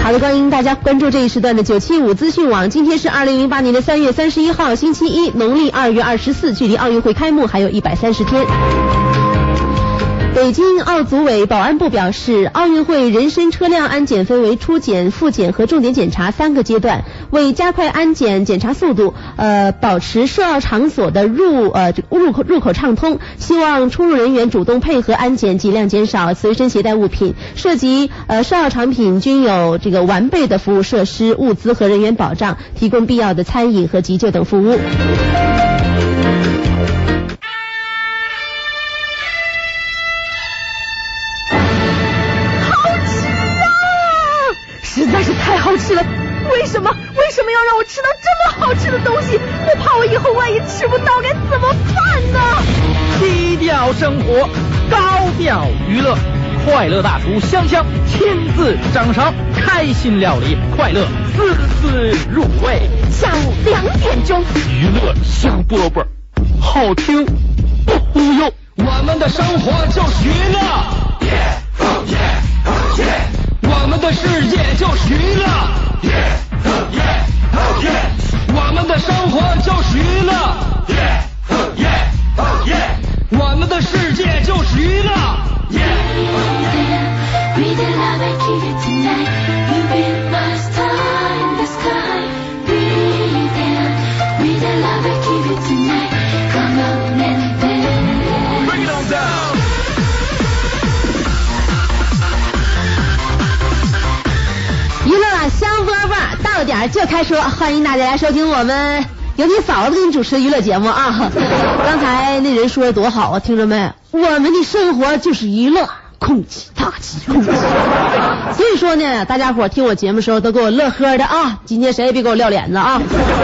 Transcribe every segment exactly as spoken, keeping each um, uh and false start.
好的，欢迎大家关注这一时段的九七五资讯网。今天是二零零八年的三月三十一号，星期一，农历二月二十四，距离奥运会开幕还有一百三十天。北京奥组委保安部表示，奥运会人身车辆安检分为初检、复检和重点检查三个阶段，为加快安检检查速度，呃，保持涉奥场所的入呃入口入口畅通，希望出入人员主动配合安检，尽量减少随身携带物品。涉及呃涉奥产品均有这个完备的服务设施、物资和人员保障，提供必要的餐饮和急救等服务。实在是太好吃了，为什么为什么要让我吃到这么好吃的东西？我怕我以后万一吃不到该怎么办呢？ 低调生活，高调娱乐，快乐大厨香香亲自掌勺，开心料理，快乐丝丝入味。 下午两点钟， 娱乐香饽饽，好听不忽悠。 我们的生活就是娱乐， yeah, oh yeah, oh yeah。我们的世界就是娱乐 ，Yeah, oh yeah, oh yeah。我们的生活就是娱乐 ，Yeah, oh yeah, oh yeah。我们的世界就是娱乐 ，Yeah, oh yeah。Read the love I give you tonight, you be my star in the sky. Read it, read the love I give you tonight, come on and dance. Bring it on down. 娱乐香饽饽到点就开说，欢迎大家来收听我们由你嫂子给你主持的娱乐节目啊！刚才那人说的多好啊，听着没？我们的生活就是娱乐，空气大气空气。所以说呢，大家伙听我节目的时候都给我乐呵的啊！今天谁也别给我撂脸子啊！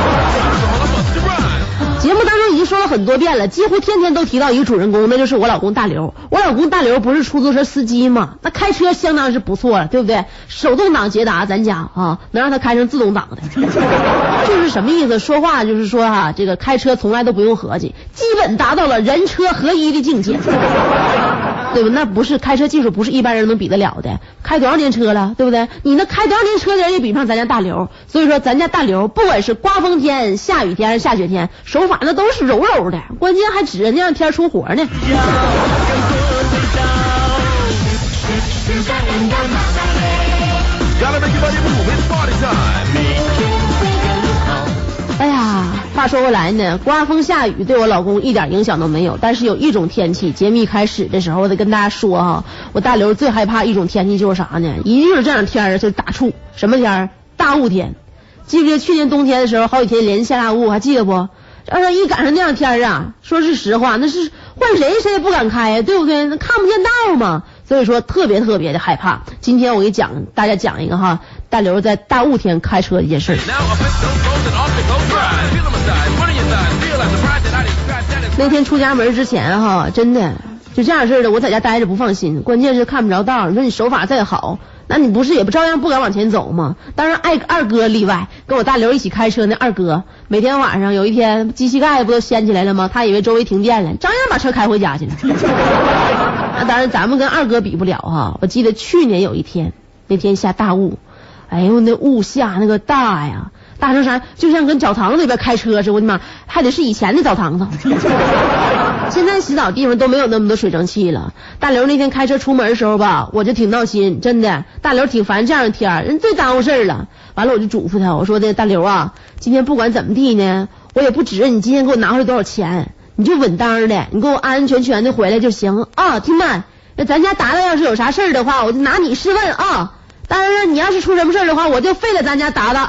节目当中已经说了很多遍了，几乎天天都提到一个主人公，那就是我老公大刘。我老公大刘不是出租车司机吗？那开车相当是不错了，对不对？手动挡捷达咱家啊，能让他开成自动挡的。就是什么意思？说话就是说哈、啊，这个开车从来都不用合计，基本达到了人车合一的境界。对吧？那不是开车技术，不是一般人能比得了的。开多少年车了，对不对？你那开多少年车的人也比不上咱家大刘。所以说咱家大刘不管是刮风天、下雨天、下雪天，手法那都是柔柔的，关键还指着那样天出活呢。哎呀，话说回来呢，刮风下雨对我老公一点影响都没有，但是有一种天气，节目一开始的时候我得跟大家说哈，我大刘最害怕一种天气就是啥呢？一定是这样天儿，就是大怵。什么天儿？大雾天。记不记得去年冬天的时候，好几天连下大雾，还记得不？要是一赶上那样天儿啊，说是实话，那是换谁谁也不敢开呀，对不对？那看不见道嘛。所以说特别特别的害怕。今天我给讲大家讲一个哈，大刘在大雾天开车的一件事。那天出家门之前哈，真的就这样式的，我在家待着不放心，关键是看不着道。你说你手法再好，那你不是也不照样不敢往前走吗？当然爱二哥例外，跟我大刘一起开车那二哥，每天晚上有一天机器盖不都掀起来了吗？他以为周围停电了，照样把车开回家去了。那当然咱们跟二哥比不了哈。我记得去年有一天，那天下大雾，哎呦那雾下那个大呀，大成啥，就像跟澡堂子里边开车似的，我的妈，还得是以前的澡堂子。现在洗澡地方都没有那么多水蒸气了。大刘那天开车出门的时候吧，我就挺闹心，真的。大刘挺烦这样的天儿，人最耽误事儿了。完了我就嘱咐他，我说的大刘啊，今天不管怎么地呢，我也不指着你今天给我拿回来多少钱，你就稳当的，你给我安安全全的回来就行啊。听没？那咱家达达要是有啥事儿的话，我就拿你试问啊。当然你要是出什么事儿的话，我就废了咱家达达。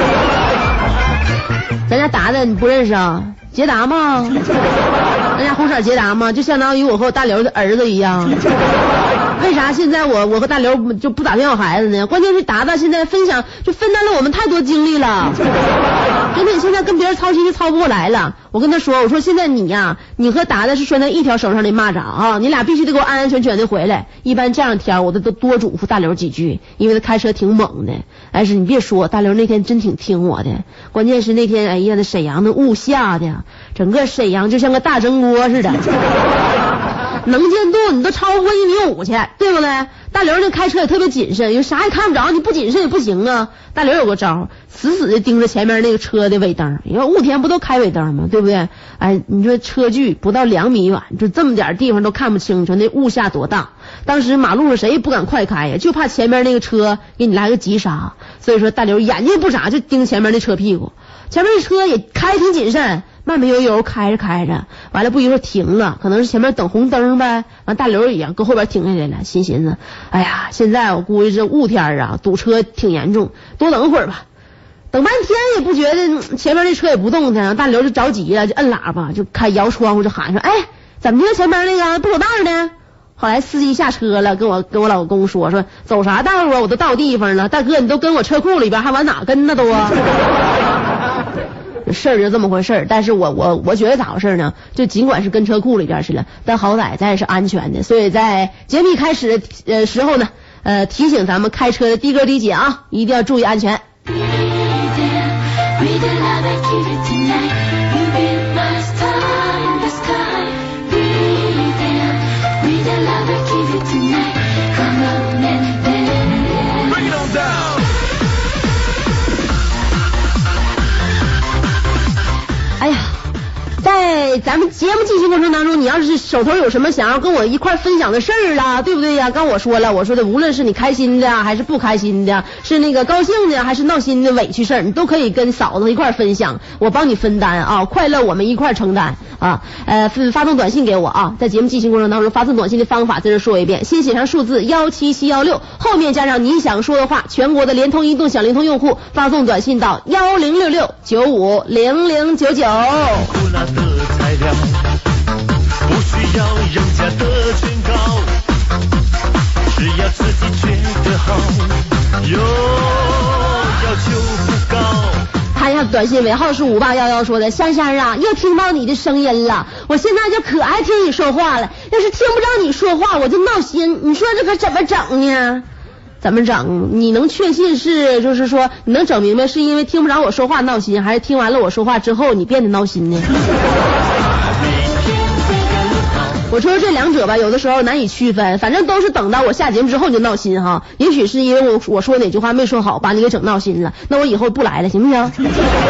咱家达达你不认识啊？捷达吗？咱家红色捷达吗？就相当于我和我大刘的儿子一样。为啥现在我我和大刘就不打算要孩子呢？关键是达达现在分享就分担了我们太多精力了，真的现在跟别人操心就操不过来了。我跟他说，我说现在你呀、啊，你和达达是拴在一条绳上的蚂蚱啊，你俩必须得给我安安全全的回来。一般这样天我都都多嘱咐大刘几句，因为他开车挺猛的。但是你别说，大刘那天真挺听我的。关键是那天，哎呀，那沈阳的雾下的，整个沈阳就像个大蒸锅似的。 能见度你都超过一米五去，对不对？大刘那开车也特别谨慎，有啥也看不着，你不谨慎也不行啊。大刘有个招，死死的盯着前面那个车的尾灯，因为雾天不都开尾灯吗？对不对？哎，你说车距不到两米远，就这么点地方都看不清楚，那雾下多大。当时马路上谁也不敢快开呀，就怕前面那个车给你来个急刹。所以说大刘眼睛不眨就盯前面那车屁股，前面那车也开挺谨慎，慢慢悠悠开着开着，完了不一会儿停了，可能是前面等红灯呗。完大刘也搁后边停下来了，心寻思，哎呀，现在我估计这雾天啊，堵车挺严重，多等会儿吧。等半天也不觉得前面那车也不动弹，大刘就着急了，就摁喇叭，就开摇窗户就喊说，哎，怎么的前面那个不走道呢？后来司机下车了，跟我跟我老公说说走啥道啊，我都到地方了，大哥你都跟我车库里边，还往哪跟呢都啊？事儿就这么回事儿，但是我我我觉得咋回事呢？就尽管是跟车库里边去了，但好歹咱也是安全的，所以在节目一开始的呃时候呢，呃提醒咱们开车的的哥的姐啊，一定要注意安全。哎呀，在咱们节目进行过程当中，你要是手头有什么想要跟我一块分享的事儿啦，对不对呀？刚我说了，我说的无论是你开心的还是不开心的，是那个高兴的还是闹心的委屈事儿，你都可以跟嫂子一块分享，我帮你分担啊，快乐我们一块承担啊。呃，发送短信给我啊，在节目进行过程当中发送短信的方法在这说一遍，先写上数字幺七七幺六，后面加上你想说的话，全国的联通、移动、小灵通用户发送短信到幺零六六九五零零九九。 苦辣的材料不需要人家的劝告，只要自己觉得好，有要求不高。 看一下短信尾号是五八幺幺说的，香香啊，又听到你的声音了，我现在就可爱听你说话了，要是听不着你说话我就闹心，你说这可怎么整呢？怎么整？你能确信是就是说你能整明白是因为听不着我说话闹心，还是听完了我说话之后你变得闹心呢？我说这两者吧，有的时候难以区分，反正都是等到我下节目之后你就闹心哈。也许是因为我我说哪句话没说好，把你给整闹心了，那我以后不来了，行不行？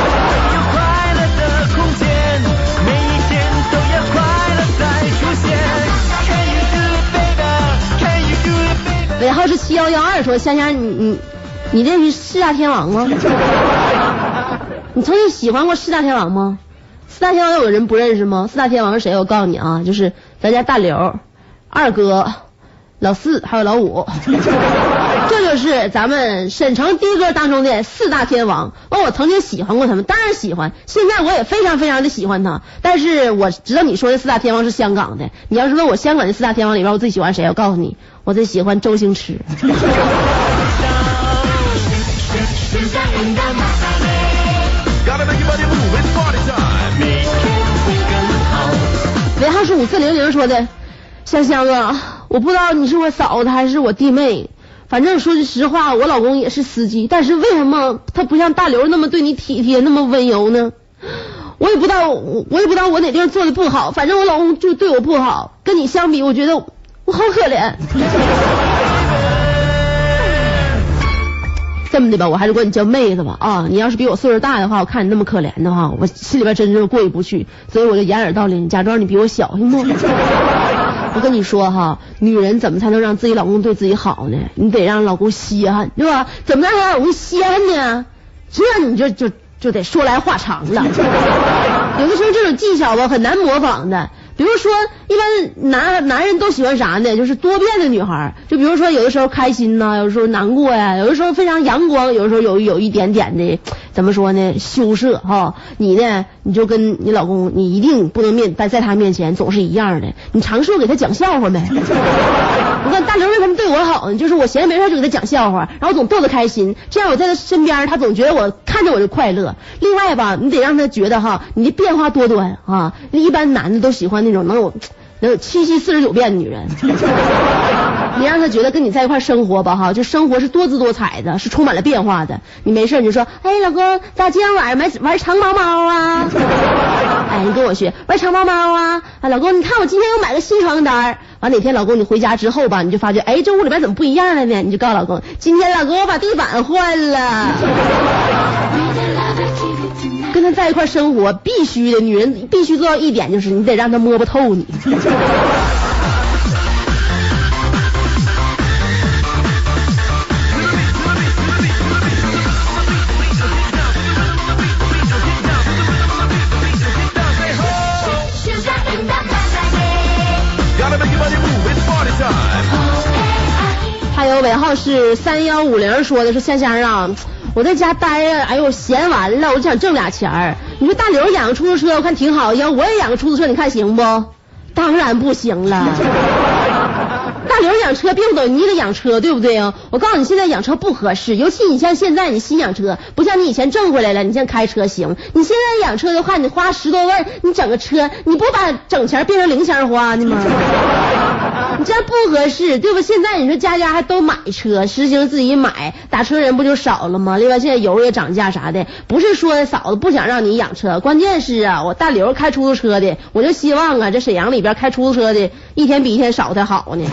尾号是七幺幺二说，香香你你你认识四大天王吗？你曾经喜欢过四大天王吗？四大天王有的人不认识吗？四大天王是谁？我告诉你啊，就是咱家大刘、二哥、老四还有老五，这就是咱们沈城的哥当中的四大天王。哦，我曾经喜欢过他们，当然喜欢，现在我也非常非常的喜欢他。但是我知道你说的四大天王是香港的，你要是问我香港的四大天王里边我最喜欢谁，我告诉你，我最喜欢周星驰。尾号是五四零零说的，香香啊，我不知道你是我嫂子还是我弟妹，反正说句实话，我老公也是司机，但是为什么他不像大刘那么对你体贴，那么温柔呢？我也不知道，我也不知道我哪地方做的不好，反正我老公就对我不好，跟你相比，我觉得我好可怜。这么的吧，我还是管你叫妹子吧啊！你要是比我岁数大的话，我看你那么可怜的话，我心里边真是过意不去，所以我就掩耳盗铃，假装你比我小，行不？我跟你说哈，女人怎么才能让自己老公对自己好呢？你得让老公稀罕，对吧？怎么让老公稀罕呢？这你就就就得说来话长了。有的时候这种技巧吧很难模仿的。比如说一般男男人都喜欢啥呢？就是多变的女孩，就比如说有的时候开心呐、啊，有的时候难过呀、啊，有的时候非常阳光，有的时候有有一点点的怎么说呢羞涩哈。你呢你就跟你老公，你一定不能面在在他面前总是一样的，你尝试给他讲笑话呗。我看大刘为什么对我好呢？就是我闲着没事就给他讲笑话，然后总逗他开心，这样我在他身边，他总觉得我看着我就快乐。另外吧，你得让他觉得哈，你的变化多端啊。一般男的都喜欢那种能有能有七七四十九变的女人。 你让他觉得跟你在一块生活吧哈，就生活是多姿多彩的，是充满了变化的。你没事你就说，哎老公，咱今天晚上玩玩长毛猫啊？哎，你跟我学玩长毛猫啊？啊，老公，你看我今天又买个新床单。完哪天老公你回家之后吧，你就发觉，哎，这屋里边怎么不一样了呢？你就告诉老公，今天老公我把地板换了。跟他在一块生活必须的，女人必须做到一点，就是你得让他摸不透你。还有尾号是三幺五零说的是香香啊，我在家待着，哎呦闲完了，我就想挣俩钱儿。你说大刘养个出租车，我看挺好，要我也养个出租车，你看行不？当然不行了。大刘养车并不等于你得养车，对不对啊？我告诉你，现在养车不合适，尤其你像现在你新养车，不像你以前挣回来了，你现在开车行。你现在养车的话，你花十多万，你整个车，你不把整钱变成零钱花呢吗？你这样不合适，对吧？现在你说家家还都买车，实行自己买，打车人不就少了吗？另外现在油也涨价啥的，不是说嫂子不想让你养车，关键是啊，我大刘开出租车的，我就希望啊，这沈阳里边开出租车的一天比一天少才好呢。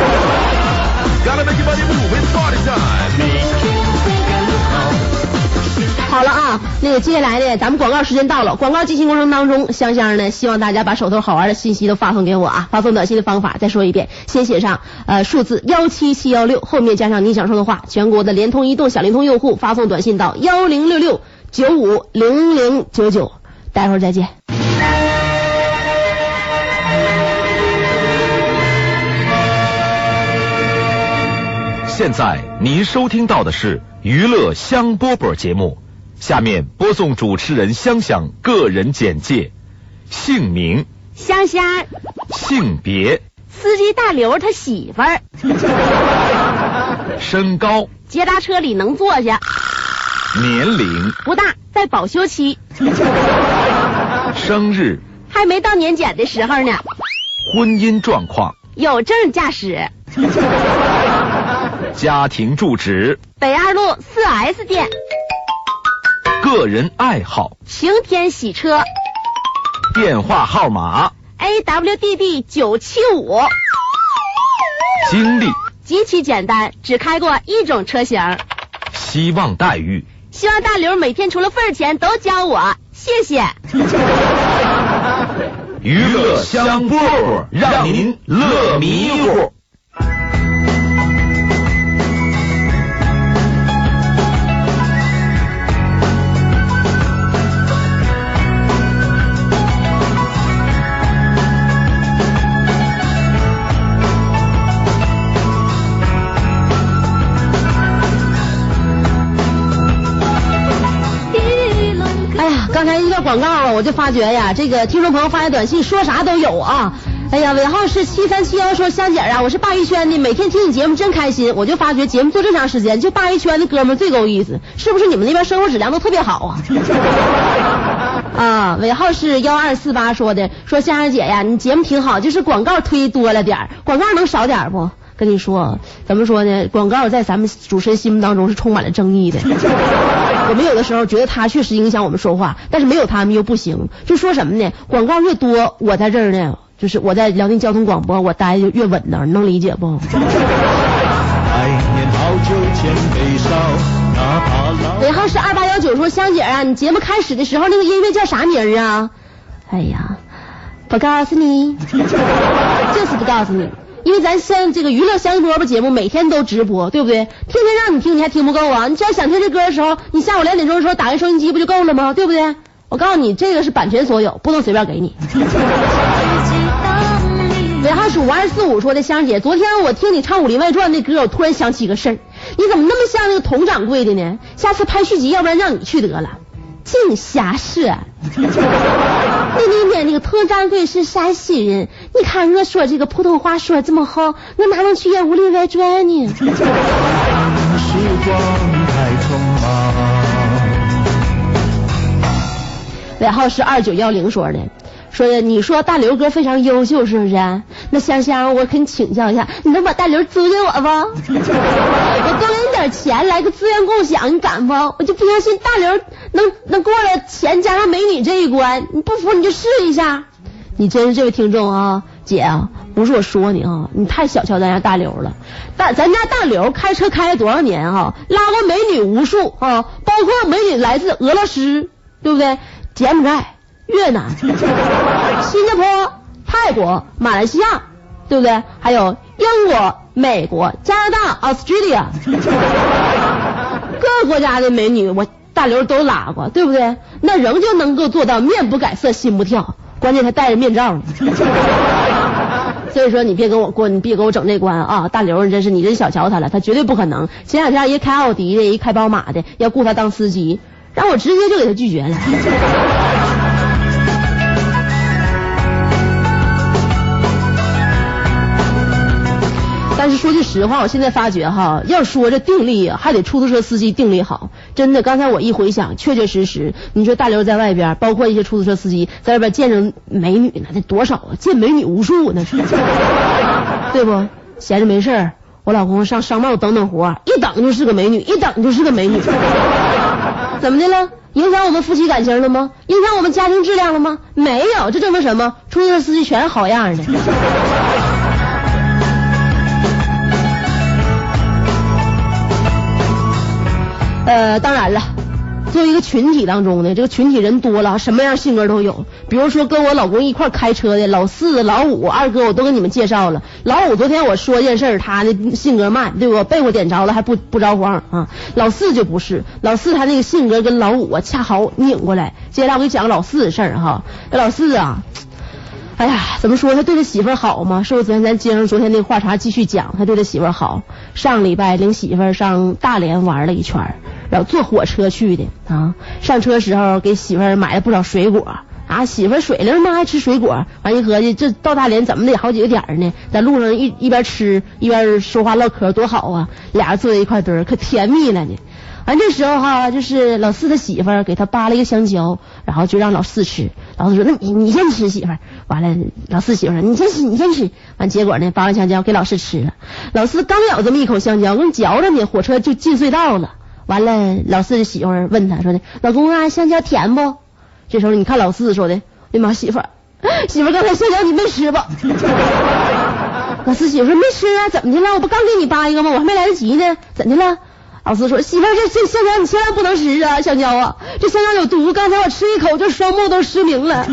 好了啊，那个接下来呢，咱们广告时间到了，广告进行过程当中，香香呢希望大家把手头好玩的信息都发送给我啊，发送短信的方法再说一遍，先写上呃数字幺七七幺六，后面加上你想说的话，全国的联通、移动、小灵通用户发送短信到幺零六六九五零零九九，待会儿再见。 现在您收听到的是娱乐香饽饽节目，下面播送主持人香香个人简介：姓名香香， 性别司机大刘他媳妇儿， 身高捷达车里能坐下， 年龄不大，在保修期， 生日还没到年检的时候呢， 婚姻状况有证驾驶， 家庭住址北二路 四 S 店， 个人爱好晴天洗车， 电话号码 A W D D 九七五， 经历极其简单，只开过一种车型， 希望待遇希望大刘每天除了份儿钱都教我，谢谢。 娱乐香饽饽，让您乐迷糊。 刚才一个广告啊，我就发觉呀，这个听众朋友发来短信说啥都有啊。哎呀，尾号是七三七幺，说香姐啊，我是鲅鱼圈的，每天听你节目真开心。我就发觉节目做这长时间，就鲅鱼圈的哥们最够意思，是不是你们那边生活质量都特别好啊？啊，尾号是幺二四八说的，说香香姐呀，你节目挺好，就是广告推多了点，广告能少点不？跟你说，怎么说呢？广告在咱们主持人心目当中是充满了争议的。我们有的时候觉得他确实影响我们说话，但是没有他们又不行。就说什么呢？广告越多，我在这儿呢，就是我在辽宁交通广播，我待就越稳当，你能理解不？尾号是二八幺九，说香姐啊，你节目开始的时候那个音乐叫啥名啊？哎呀，不告诉你，就是不告诉你。因为咱像这个娱乐香饽饽节目每天都直播，对不对？天天让你听你还听不够啊！你只要想听这歌的时候，你下午两点钟的时候打开收音机不就够了吗？对不对？我告诉你，这个是版权所有，不能随便给你。尾号是五二四五，说的香姐，昨天我听你唱《武林外传》那歌，我突然想起个事儿，你怎么那么像那个佟掌柜的呢？下次拍续集，要不然让你去得了。净瞎说。那里面那个佟掌柜是山西人，你看我说这个普通话说这么好，我哪能去演《武林外传》呢？时光太匆忙。尾号是二九幺零说的， 说的你说大刘哥非常优秀是不是？那香香我跟你请教一下，你能把大刘租给我不？我多给你点钱来个资源共享，你敢不？我就不相信大刘能能过了钱加上美女这一关，你不服你就试一下。你真是这位听众啊，姐啊，不是我说你啊，你太小瞧咱家大刘了。大咱家大刘开车开了多少年啊，拉过美女无数啊，包括美女来自俄罗斯，对不对？柬埔寨、越南、新加坡、泰国、马来西亚，对不对？还有英国、美国、加拿大、Australia， 各个国家的美女我大刘都拉过，对不对？那仍旧能够做到面不改色心不跳，关键他戴着面罩呢。所以说你别跟我过，你别给我整这关啊！大刘你真是你真小瞧他了，他绝对不可能。前两天一开奥迪的，一开宝马的，要雇他当司机，让我直接就给他拒绝了。但是说句实话，我现在发觉哈，要说这定力还得出租车司机定力好，真的。刚才我一回想，确确实实，你说大刘在外边，包括一些出租车司机在外边见着美女呢，那多少啊，见美女无数那是，对不？闲着没事儿，我老公上商贸等等活，一等就是个美女，一等就是个美女。怎么的了？影响我们夫妻感情了吗？影响我们家庭质量了吗？没有，这证明什么？出租车司机全是好样的。呃，当然了，作为一个群体当中呢，这个群体人多了，什么样性格都有。比如说跟我老公一块开车的老四、老五、二哥，我都跟你们介绍了。老五昨天我说一件事，他的性格慢，对不？被我点着了还不不着慌啊。老四就不是，老四他那个性格跟老五啊恰好拧过来。接下来我给你讲老四的事儿哈。这老四啊，哎呀，怎么说他对他媳妇儿好吗？是不是昨天咱接上昨天那个话茬继续讲，他对他媳妇儿好。上礼拜领媳妇儿上大连玩了一圈，然后坐火车去的啊。上车时候给媳妇儿买了不少水果啊，媳妇儿水灵嘛，爱吃水果。完一合计，这到大连怎么得好几个点儿呢？在路上一一边吃一边说话唠嗑，多好啊！俩人坐在一块堆儿，可甜蜜了呢。完这时候哈，就是老四他媳妇儿给他扒了一个香蕉，然后就让老四吃。老四说：“那你你先吃，媳妇儿。”完了，老四媳妇儿说：“你先吃，你先吃。”完结果呢，扒完香蕉给老四吃了。老四刚咬这么一口香蕉，刚嚼着呢，火车就进隧道了。完了，老四的媳妇儿问他说的：“老公啊，香蕉甜不？”这时候你看老四说的：“哎妈，媳妇儿，媳妇儿刚才香蕉你没吃吧？”老四媳妇儿说：“没吃啊，怎么的了？我不刚给你扒一个吗？我还没来得及呢，怎的了？”老四说：“媳妇儿，这这香蕉你千万不能吃啊，香蕉啊，这香蕉有毒，刚才我吃一口就双目都失明了。”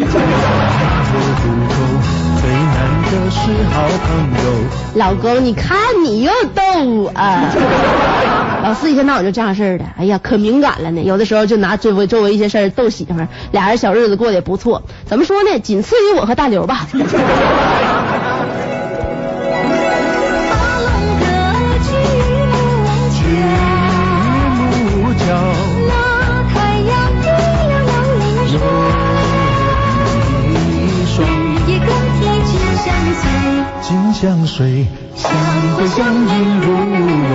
老公，你看你又逗啊！老四一天到晚就这样事儿的，哎呀，可敏感了呢。有的时候就拿周围周围一些事儿逗媳妇儿，俩人小日子过得也不错。怎么说呢？仅次于我和大刘吧。 金香水，相会相映入罗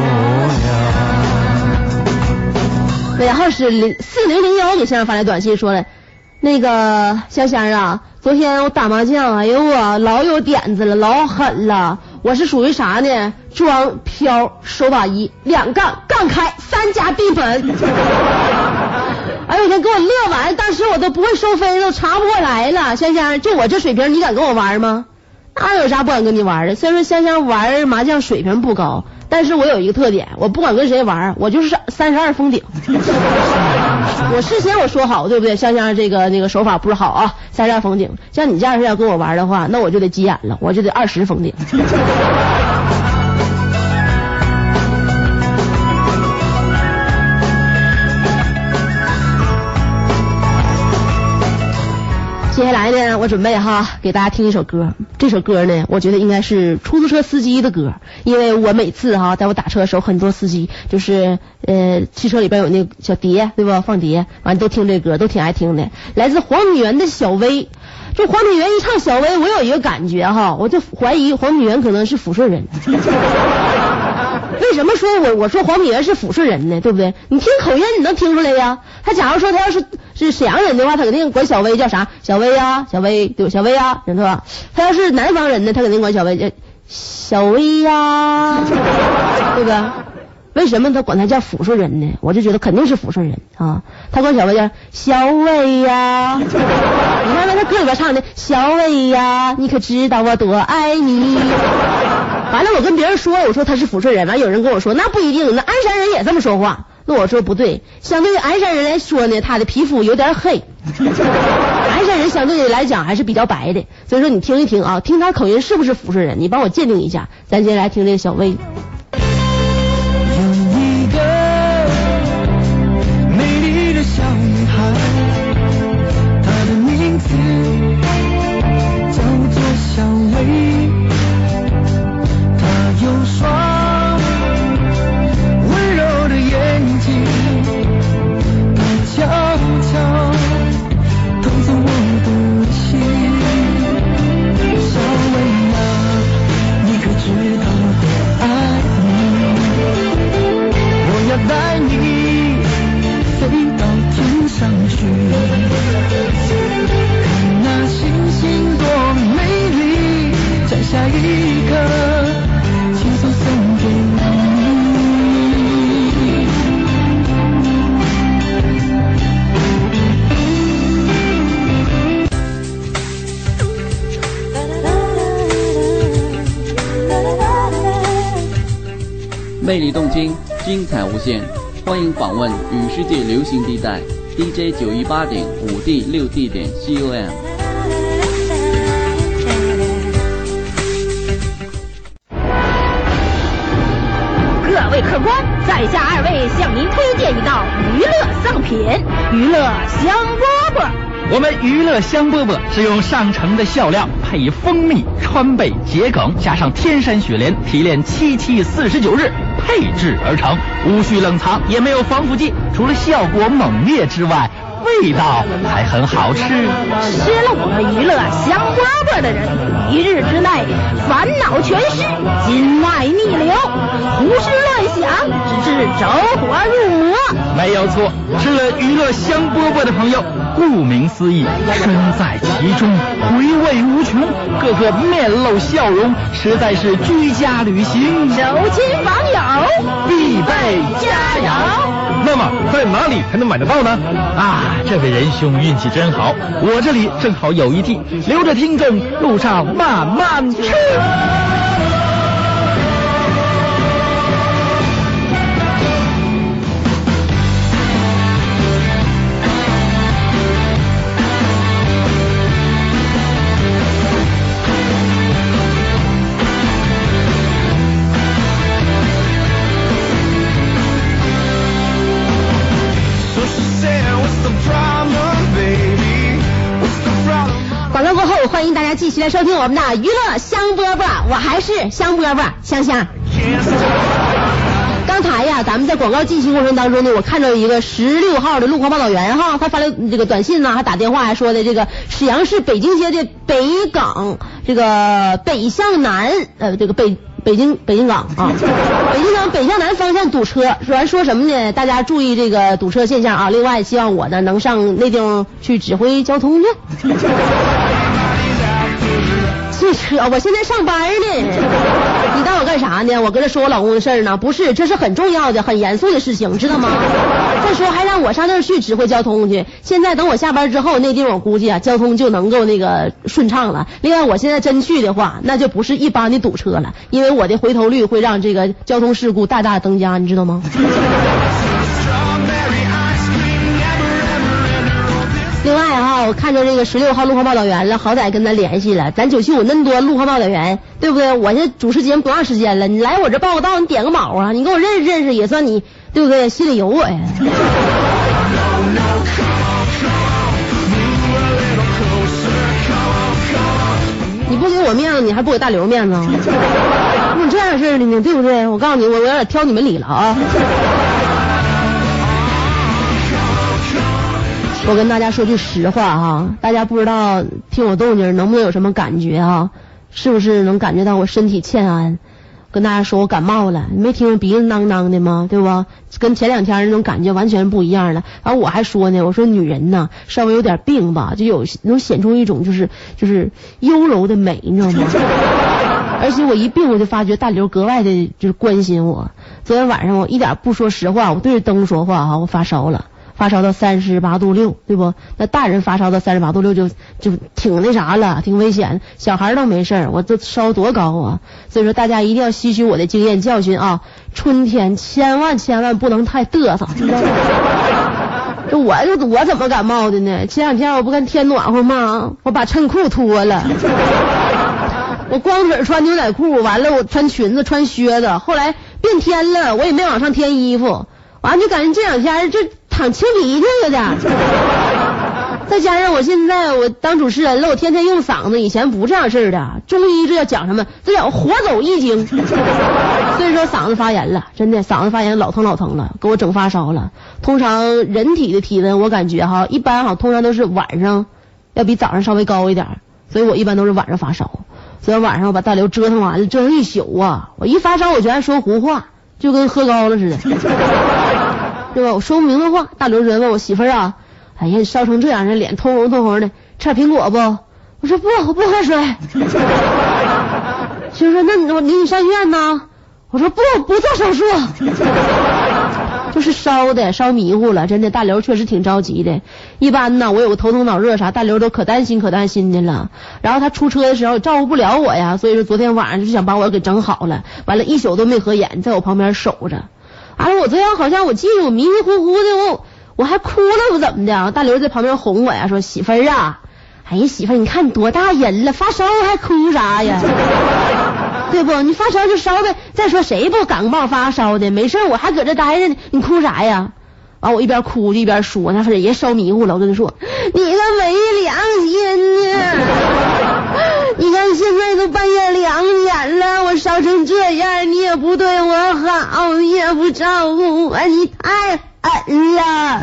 阳。 尾号是零四零零幺，给先生发来短信说了，那个香香啊，昨天我打麻将，哎呦我老有点子了，老狠了。我是属于啥呢？庄、飘、手把一，两杠杠开，三家闭门。哎呦我天，给我乐完，当时我都不会收飞，都查不过来了。香香，就我这水平，你敢跟我玩吗？哪有啥不敢跟你玩的？虽然说香香玩麻将水平不高，但是我有一个特点，我不管跟谁玩，我就是三十二封顶。我事先我说好，对不对？香香这个那个手法不是好啊，三十二封顶。像你这样是要跟我玩的话，那我就得急眼了，我就得二十封顶。接下来呢，我准备哈给大家听一首歌。这首歌呢，我觉得应该是出租车司机的歌，因为我每次哈在我打车的时候，很多司机就是呃汽车里边有那个小碟，对吧？放碟，完都听这歌，都挺爱听的。来自黄品源的小薇，就黄品源一唱小薇，我有一个感觉哈，我就怀疑黄品源可能是抚顺人。 为什么说我我说黄品源是抚顺人呢？对不对？你听口音你能听出来呀？他假如说他要是是沈阳人的话，他肯定管小薇叫啥？小薇呀，小薇，对，小薇呀，对吧？他要是南方人呢，他肯定管小薇叫小薇呀，对吧？为什么他管他叫抚顺人呢？我就觉得肯定是抚顺人啊。他管小薇叫小薇呀，你看看他歌里边唱的小薇呀，你可知道我多爱你。完了我跟别人说，我说他是抚顺人，完有人跟我说那不一定，那鞍山人也这么说话。那我说不对，相对于鞍山人来说呢，他的皮肤有点黑，鞍山人相对来讲还是比较白的，所以说你听一听啊，听他口音是不是抚顺人，你帮我鉴定一下。咱接下来听这个小薇。 小女孩，她的名字叫做小薇，她有双温柔的眼睛，她悄悄偷走我的心。小薇啊，你可知道我多爱你？我要带你飞到天上去，看那星星多美丽，摘下一颗亲手送给你。 魅力动听，精彩无限。欢迎访问与世界流行地带 D J 九一八点五 D 六 D 点 C O M。 各位客官，在下二位向您推荐一道娱乐丧品——娱乐香饽饽。 我们娱乐香饽饽是用上乘的笑料，配以蜂蜜、川贝、桔梗，加上天山雪莲提炼七七四十九日配制而成，无需冷藏，也没有防腐剂，除了效果猛烈之外，味道还很好吃。 吃了我们娱乐香饽饽的人，一日之内烦恼全失，筋脉逆流，胡思乱想，直至走火入魔。 没有错，吃了娱乐香饽饽的朋友，顾名思义，身在其中，回味无穷，个个面露笑容，实在是居家旅行、 走亲访友必备佳肴。那么在哪里才能买得到呢？啊，这位仁兄运气真好，我这里正好有一屉，留着听众路上慢慢吃。 广告过后，欢迎大家继续来收听我们的娱乐香饽饽，我还是香饽饽香香。刚才呀，咱们在广告进行过程当中呢，我看到一个十六号的路况报道员哈，他发了这个短信呢，还打电话还说的这个沈阳市北京街的北港这个北向南呃这个北北京北京港啊，北京港北向南方向堵车，说说什么呢？大家注意这个堵车现象啊！另外，希望我呢能上那地方去指挥交通去。这车，我现在上班呢，你当我干啥呢？我跟他说我老公的事儿呢？不是，这是很重要的、很严肃的事情，知道吗？再说还让我上那儿去指挥交通去。现在等我下班之后，那地方我估计啊，交通就能够那个顺畅了。另外，我现在真去的话，那就不是一般的堵车了，因为我的回头率会让这个交通事故大大增加，你知道吗？另外哈、啊，我看着这个十六号路况报道员了，好歹跟他联系了。咱九七五那么多路况报道员，对不对？我这主持节目多长时间了？你来我这报个道，你点个卯啊！你跟我认识认识，也算你对不对？心里有我呀。你不给我面子，你还不给大刘面子？你这样式的呢，对不对？我告诉你，我我有点挑你们理了啊。我跟大家说句实话哈，大家不知道听我动静能不能有什么感觉哈？是不是能感觉到我身体欠安？ 跟大家说我感冒了，你没听着鼻子囔囔的吗？对吧？跟前两天那种感觉完全不一样了。然后我还说呢，我说女人呢稍微有点病吧，就有能显出一种就是就是优柔的美，你知道吗？而且我一病我就发觉大刘格外的就是关心我。昨天晚上我一点不说实话，我对着灯说话哈，我发烧了。发烧到三十八度六，对不？那大人发烧到三十八度六就就挺那啥了，挺危险。小孩倒没事，我这烧多高啊！所以说大家一定要吸取我的经验教训啊！春天千万千万不能太嘚瑟，你知道吗？这我我怎么感冒的呢？前两天我不看天暖和吗？我把衬裤脱了，我光腿穿牛仔裤，完了我穿裙子穿靴子，后来变天了，我也没往上添衣服，完了就感觉这两天这。淌清鼻涕有点，再加上我现在我当主持人了，我天天用嗓子，以前不这样事儿的。中医这叫讲什么？这叫活走一经。所以说嗓子发炎了，真的嗓子发炎老疼老疼了，给我整发烧了。通常人体的体温我感觉哈，一般哈通常都是晚上要比早上稍微高一点，所以我一般都是晚上发烧。昨天晚上我把大刘折腾完了，折腾一宿啊，我一发烧我全说胡话，就跟喝高了似的。对吧？我说不明白话。大刘人问我媳妇儿啊，哎呀，你烧成这样，这脸通红通红的，吃点苹果不？我说不，我不喝水。媳妇说那你我领你上医院呢？我说不，不做手术。就是烧的，烧迷糊了，真的。大刘确实挺着急的。一般呢，我有个头疼脑热啥，大刘都可担心可担心的了。然后他出车的时候照顾不了我呀，所以说昨天晚上就想把我给整好了，完了一宿都没合眼，在我旁边守着。完了，我昨天好像我记得我迷迷糊糊的，我我还哭了，我怎么的？大刘在旁边哄我呀，说媳妇儿啊，哎呀媳妇儿，你看你多大人了，发烧还哭啥呀？对不？你发烧就烧呗。再说谁不感冒发烧的？没事，我还搁这待着呢，你哭啥呀？完我一边哭就一边说，那人家烧迷糊了，我跟他说，你个没良心呢！你看现在都半夜两点了，我烧成这样，你也不对我好，你也不照顾我，你太狠了。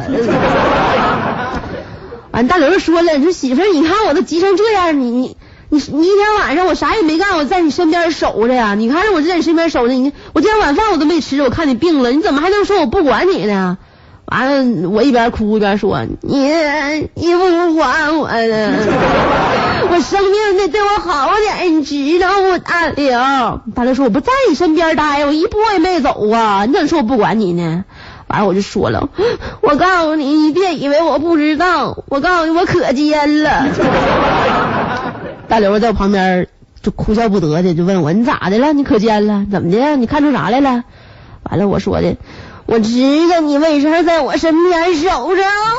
完大刘说了，说媳妇儿，你看我都急成这样，你你你你一天晚上我啥也没干，我在你身边守着呀，你看着我在你身边守着，你我今天晚饭我都没吃，我看你病了，你怎么还能说我不管你呢？完了我一边哭一边说，你你不还我呢，我生命得对我好点，你知道不？大刘大刘说，我不在你身边待，我一步也没走啊，你怎么说我不管你呢？完了我就说了，我告诉你，你别以为我不知道，我告诉你我可奸了。大刘在我旁边就哭笑不得的，就问我，你咋的了？你可奸了？怎么的？你看出啥来了？完了我说的，我知道你为啥在我身边守着，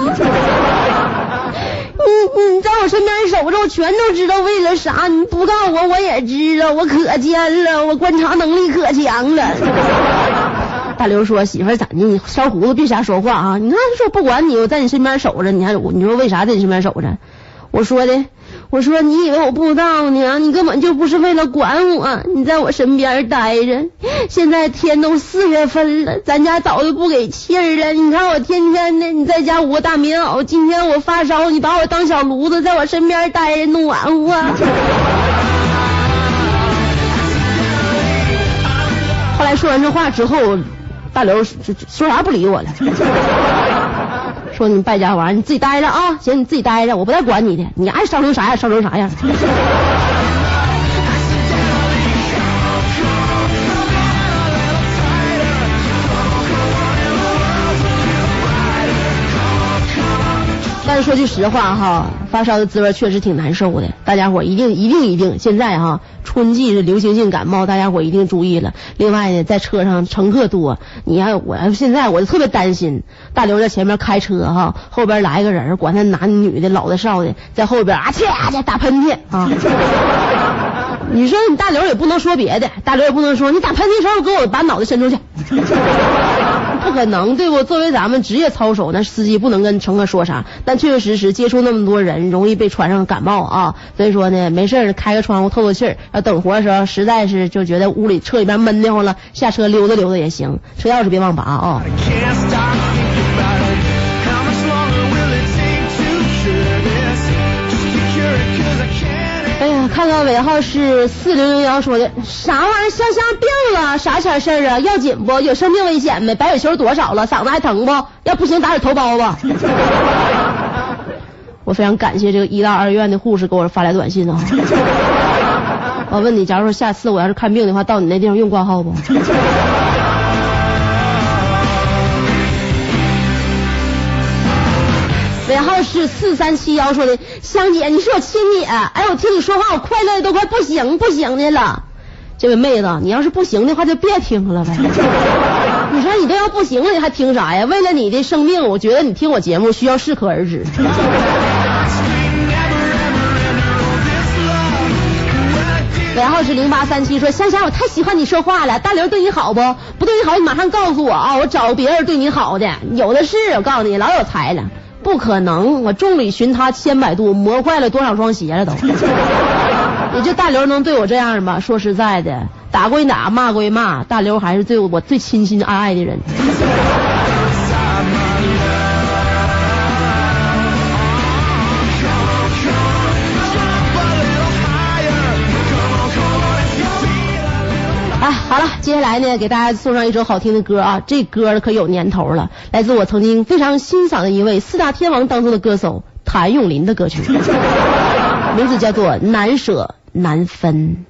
你你在我身边守着，我全都知道为了啥，你不告诉我我也知道，我可奸了，我观察能力可强了。大刘说，媳妇儿咋的？你烧胡子别瞎说话啊！你看说不管你，我在你身边守着，你还你说为啥在你身边守着？我说的，我说你以为我不知道呢？你根本就不是为了管我，你在我身边待着。现在天都四月份了，咱家早就不给气儿了。你看我天天的，你在家捂个大棉袄，今天我发烧，你把我当小炉子，在我身边待着暖和。后来说完这话之后，大刘说啥不理我了。说你败家玩意儿，你自己待着啊！行，你自己待着，我不带管你的，你爱烧成啥样烧成啥样。但是说句实话哈，发烧的滋味确实挺难受的，大家伙一定一定一定，现在哈春季是流行性感冒，大家伙一定注意了。另外呢，在车上乘客多，你看我现在我就特别担心，大刘在前面开车哈，后边来一个人，管他男女的老的少的，在后边啊切啊切打喷嚏啊。你说你大刘也不能说别的，大刘也不能说你打喷嚏时候给我把脑袋伸出去。不可能，对不？作为咱们职业操守，那司机不能跟乘客说啥，但确确实实接触那么多人，容易被传上感冒啊。所以说呢，没事开个窗户透透气儿。要等活的时候，实在是就觉得屋里车里边闷得慌了，下车溜达溜达也行，车钥匙别忘拔啊。哎呀，看到尾号是四零零幺说的，啥玩意儿？香香病了，啥前事儿啊？要紧不？有生命危险没？白血球多少了？嗓子还疼不？要不行打点头孢吧。我非常感谢这个医大二院的护士给我发来短信啊。我问你，假如说下次我要是看病的话，到你那地方用挂号不？尾号是四三七幺说的，香姐，你是我亲姐，哎，我听你说话，我快乐的都快不行不行的了。这位妹子，你要是不行的话，就别听了呗。你说你都要不行了，你还听啥呀？为了你的生命，我觉得你听我节目需要适可而止。尾号是零八三七说，香香，我太喜欢你说话了，大刘对你好不？不对你好，你马上告诉我啊，我找别人对你好的，有的是，我告诉你，老有才了。不可能，我众里寻他千百度，磨坏了多少双鞋了都。也就大刘能对我这样吧，说实在的，打归打，骂归骂，大刘还是对我最亲心爱爱的人。哎，好了，接下来呢，给大家送上一首好听的歌啊，这歌可有年头了，来自我曾经非常欣赏的一位四大天王当中的歌手谭咏麟的歌曲，名字叫做《难舍难分》。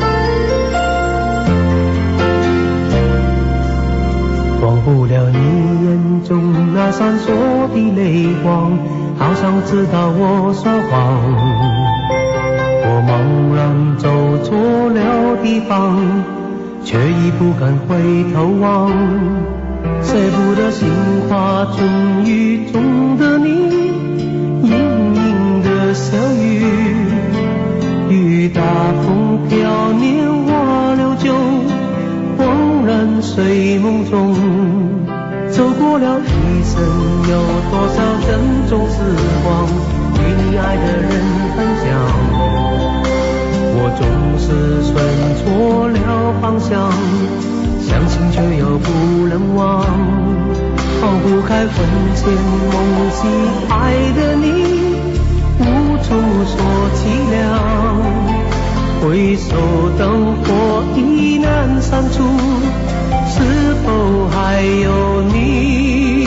忘不了你眼中那闪烁的泪光，好像知道我说谎，我茫然走错了地方，却已不敢回头望，舍不得杏花春雨中的你，盈盈的小雨，雨打风飘年华流酒，恍然睡梦中，走过了一生，有多少珍重时光与你爱的人分享，我总是选错了方向，相信却又不能忘，放不开魂牵梦系爱的你，无处说凄凉，回首灯火已难删除，是否还有你？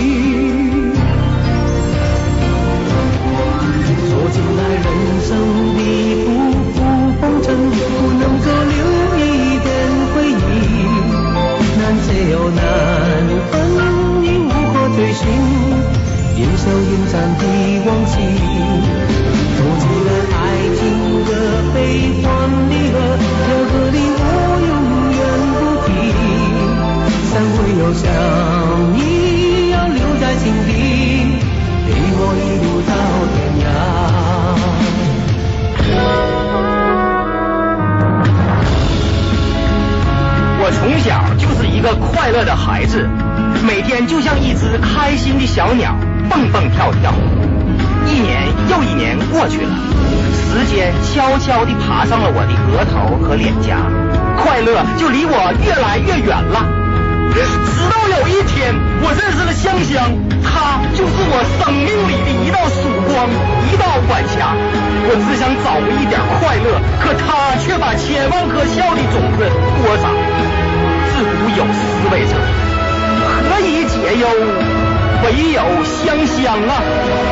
说进来人生的浮浮风尘，不能够留一点回忆，难舍又难分，应如何追寻？烟消云散的往昔，说起了爱情的悲欢离合，可和你我永远不提，散会又相依，要留在心底，陪我一路到天涯。 我从小就是一个快乐的孩子，每天就像一只开心的小鸟，蹦蹦跳跳。一年又一年过去了，时间悄悄地爬上了我的额头和脸颊，快乐就离我越来越远了。直到有一天，我认识了香香，她就是我生命里的一道曙光，一道晚霞。我只想找回一点快乐，可她却把千万颗笑的种子播撒。自古有思维者，何以解忧？唯有香香啊！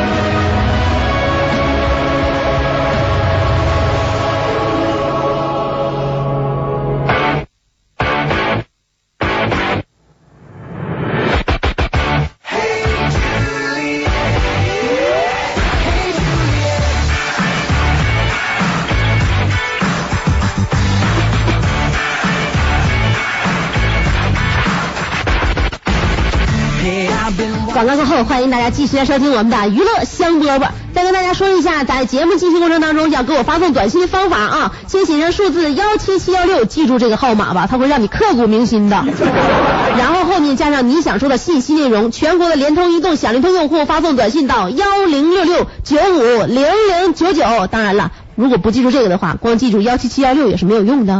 广告过后，欢迎大家继续来收听我们的娱乐香饽饽。再跟大家说一下，在节目进行过程当中要给我发送短信的方法啊，先写上数字幺七七幺六，记住这个号码吧，它会让你刻骨铭心的。然后后面加上你想说的信息内容，全国的联通、移动、小灵通用户发送短信到幺零六六九五零零九九。当然了，如果不记住这个的话，光记住幺七七幺六也是没有用的。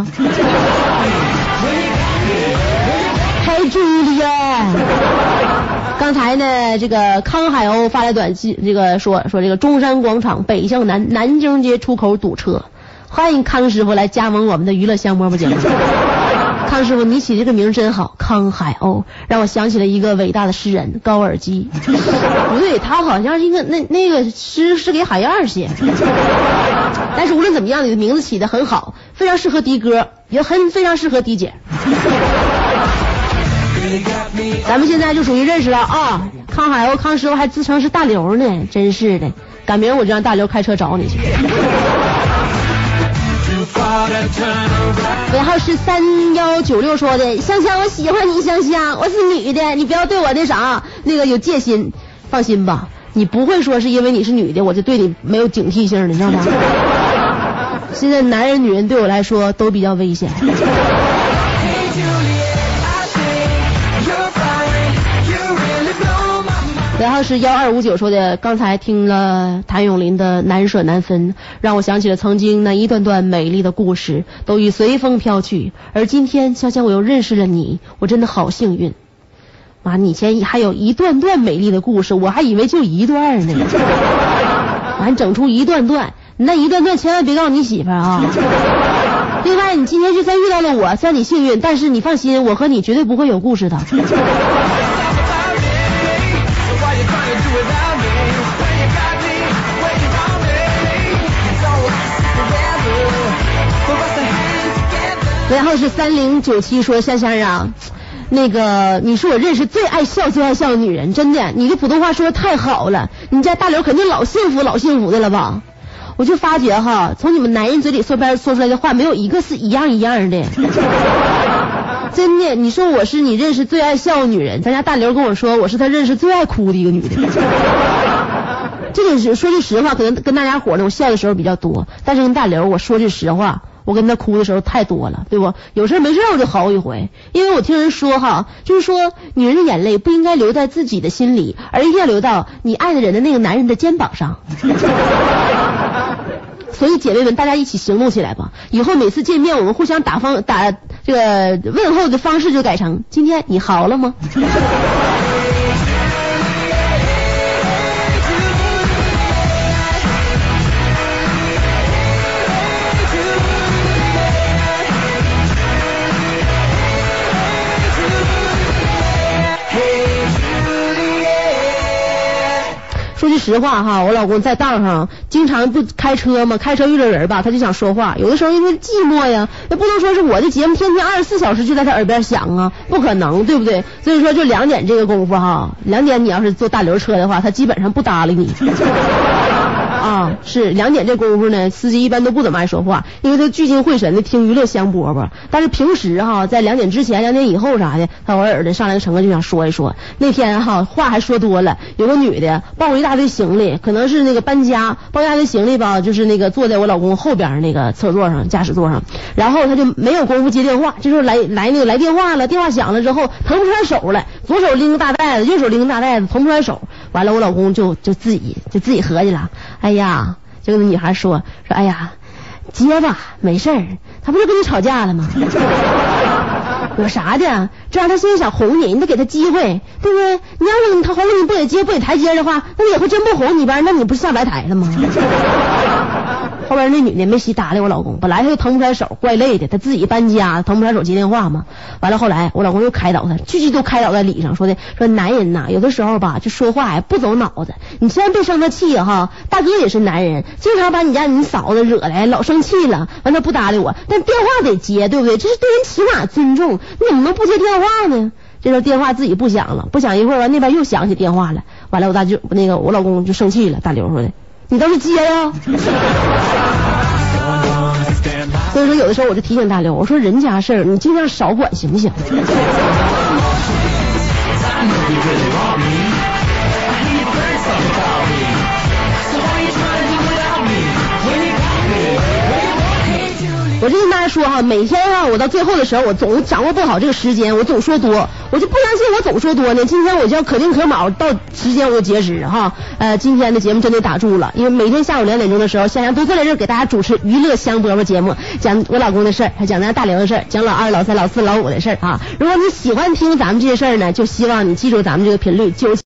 嘿，朱丽叶。刚才呢，这个康海鸥发来短信，这个说说这个中山广场北向南南京街出口堵车， 欢迎康师傅来加盟我们的娱乐香饽饽节目。康师傅，你起这个名真好，康海鸥，让我想起了一个伟大的诗人高尔基。不对，他好像一个那那个诗是给海燕写。但是无论怎么样，你的名字起得很好，非常适合的歌，也很非常适合的姐。咱们现在就属于认识了啊！康海鸥康师傅还自称是大刘呢，真是的，赶明儿我就让大刘开车找你去。尾号是三幺九六说的，香香我喜欢你，香香我是女的，你不要对我那啥那个有戒心。放心吧，你不会说是因为你是女的我就对你没有警惕性的，你知道吗？现在男人女人对我来说都比较危险。然后是幺二五九说的，刚才听了谭咏麟的难舍难分，让我想起了曾经那一段段美丽的故事都已随风飘去，而今天香香我又认识了你，我真的好幸运。妈，你以前还有一段段美丽的故事，我还以为就一段呢。完整出一段段，那一段段千万别告诉你媳妇啊。另外你今天就算遇到了我，算你幸运，但是你放心，我和你绝对不会有故事的。然后是三零九七说，香香啊，那个你是我认识最爱笑最爱笑的女人，真的，你的普通话说的太好了，你家大刘肯定老幸福老幸福的了吧？我就发觉哈，从你们男人嘴里说说出来的话，没有一个是一样一样的。真的，你说我是你认识最爱笑的女人，咱家大刘跟我说我是他认识最爱哭的一个女的。这个是说句实话，可能跟大家伙呢我笑的时候比较多，但是跟大刘我说句实话，我跟他哭的时候太多了，对不？有事没事我就嚎一回，因为我听人说哈，就是说女人的眼泪不应该流在自己的心里，而应该流到你爱的人的那个男人的肩膀上。所以姐妹们，大家一起行动起来吧！以后每次见面，我们互相打方打这个问候的方式就改成：今天你好了吗？说句实话哈，我老公在道上经常不开车嘛，开车遇着人吧，他就想说话，有的时候因为寂寞呀，那不能说是我的节目天天二十四小时就在他耳边响啊，不可能，对不对？所以说就两点这个功夫哈，两点你要是坐大刘车的话，他基本上不搭理你。啊，是两点这功夫呢，司机一般都不怎么爱说话，因为他聚精会神的听娱乐香饽饽。但是平时哈，在两点之前、两点以后啥的，他偶尔的上来个乘客就想说一说。那天哈话还说多了，有个女的抱一大堆行李，可能是那个搬家，抱一大堆行李吧，就是那个坐在我老公后边那个侧座上、驾驶座上，然后他就没有功夫接电话，这时候来来那个来电话了，电话响了之后腾不出来手来，左手拎个大袋子，右手拎个大袋子，腾不出来手。完了，我老公就就自己就自己合计了，哎呀，就跟那女孩说说，哎呀，接吧，没事儿，他不是跟你吵架了吗？有啥的？这样他现在想哄你，你得给他机会，对不对？你要是他哄你不给接不给台阶的话，那你以后真不哄你吧，那你不是下白台了吗？后边那女的没稀搭理我老公，本来他就腾不出来手，怪累的，他自己搬家腾不出来手接电话嘛。完了后来我老公又开导他，句句都开导在理上，说的说男人呐，有的时候吧就说话呀不走脑子，你千万别生他气哈。大哥也是男人，经常把你家你嫂子惹来，老生气了，完他不搭理我，但电话得接，对不对？这是对人起码尊重，你怎么能不接电话呢？这时候电话自己不响了，不响一会儿完那边又响起电话了，完了我大舅那个我老公就生气了，大刘说的。你倒是接呀！所以说有的时候我就提醒大刘，我说人家事儿你尽量少管行不行？我就跟大家说哈，每天啊，我到最后的时候，我总掌握不好这个时间，我总说多，我就不相信我总说多呢。今天我就要可丁可卯，到时间我就截止哈。呃，今天的节目真的打住了，因为每天下午两点钟的时候，香香都在这儿给大家主持娱乐香饽饽节目，讲我老公的事儿，还讲咱大刘的事儿，讲老二、老三、老四、老五的事儿啊。如果你喜欢听咱们这些事儿呢，就希望你记住咱们这个频率九。